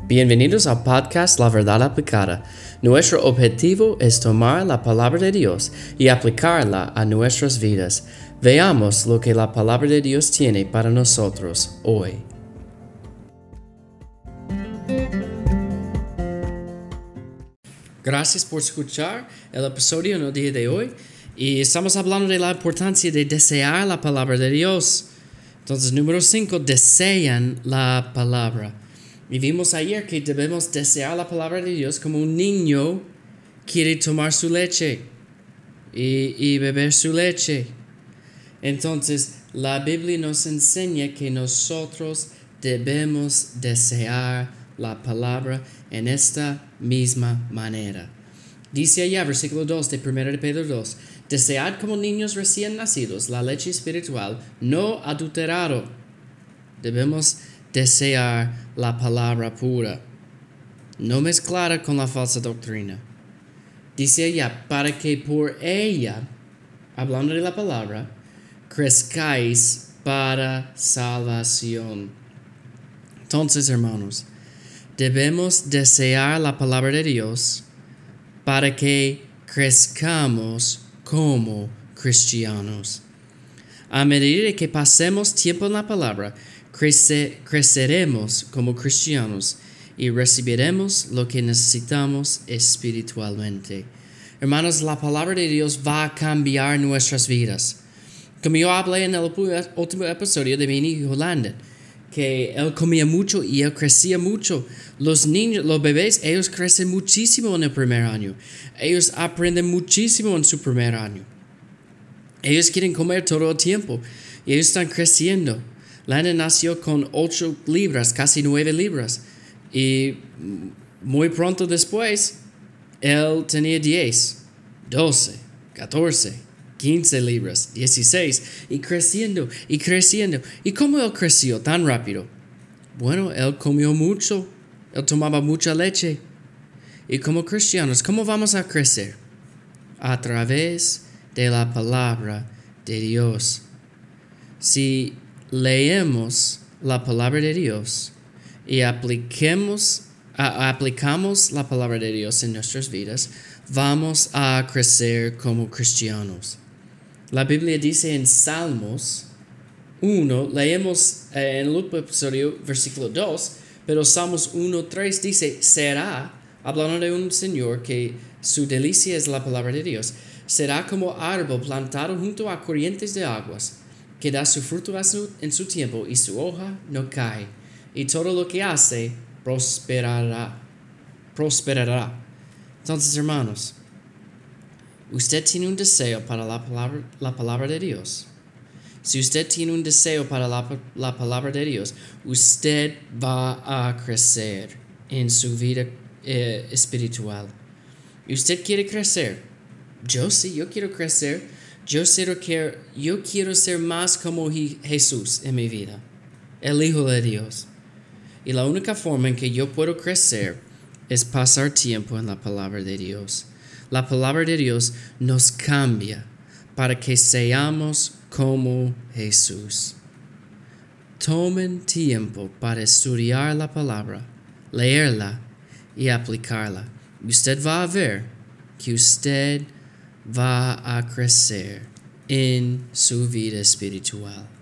Bienvenidos al podcast La Verdad Aplicada. Nuestro objetivo es tomar la palabra de Dios y aplicarla a nuestras vidas. Veamos lo que la palabra de Dios tiene para nosotros hoy. Gracias por escuchar el episodio en el día de hoy. Y estamos hablando de la importancia de desear la palabra de Dios. Entonces, número 5, desean la palabra. Y vimos ayer que debemos desear la palabra de Dios como un niño quiere tomar su leche y beber su leche. Entonces, la Biblia nos enseña que nosotros debemos desear la palabra en esta misma manera. Dice allá, versículo 2 de 1 de Pedro 2, desead como niños recién nacidos la leche espiritual no adulterado. Debemos desear la palabra pura, no mezclada con la falsa doctrina. Dice allá, para que por ella, hablando de la palabra, crezcáis para salvación. Entonces, hermanos, debemos desear la palabra de Dios para que crezcamos como cristianos. A medida que pasemos tiempo en la palabra, creceremos como cristianos y recibiremos lo que necesitamos espiritualmente. Hermanos, la palabra de Dios va a cambiar nuestras vidas. Como yo hablé en el último episodio de mi hijo Landon, que él comía mucho y él crecía mucho. Los niños, los bebés, ellos crecen muchísimo en el primer año. Ellos aprenden muchísimo en su primer año. Ellos quieren comer todo el tiempo y ellos están creciendo. Landon nació con 8 libras, casi 9 libras. Y muy pronto después, él tenía 10, 12, 14, 15 libras, 16. Y creciendo, y creciendo. ¿Y cómo él creció tan rápido? Bueno, él comió mucho. Él tomaba mucha leche. Y como cristianos, ¿cómo vamos a crecer? A través de la palabra de Dios. Si leemos la palabra de Dios y aplicamos la palabra de Dios en nuestras vidas, vamos a crecer como cristianos. La Biblia dice en Salmos 1, leemos en el último episodio, versículo 2, pero Salmos 1:3 dice, será, hablando de un Señor que su delicia es la palabra de Dios, será como árbol plantado junto a corrientes de aguas, que da su fruto en su tiempo y su hoja no cae, y todo lo que hace prosperará. Entonces, hermanos, usted tiene un deseo para la palabra de Dios. Si usted tiene un deseo para la palabra de Dios, usted va a crecer en su vida espiritual. Y usted quiere crecer. Yo quiero crecer. Yo quiero ser más como Jesús en mi vida, el Hijo de Dios. Y la única forma en que yo puedo crecer es pasar tiempo en la palabra de Dios. La palabra de Dios nos cambia para que seamos como Jesús. Tomen tiempo para estudiar la palabra, leerla y aplicarla. Usted va a ver que usted va a crecer en su vida espiritual.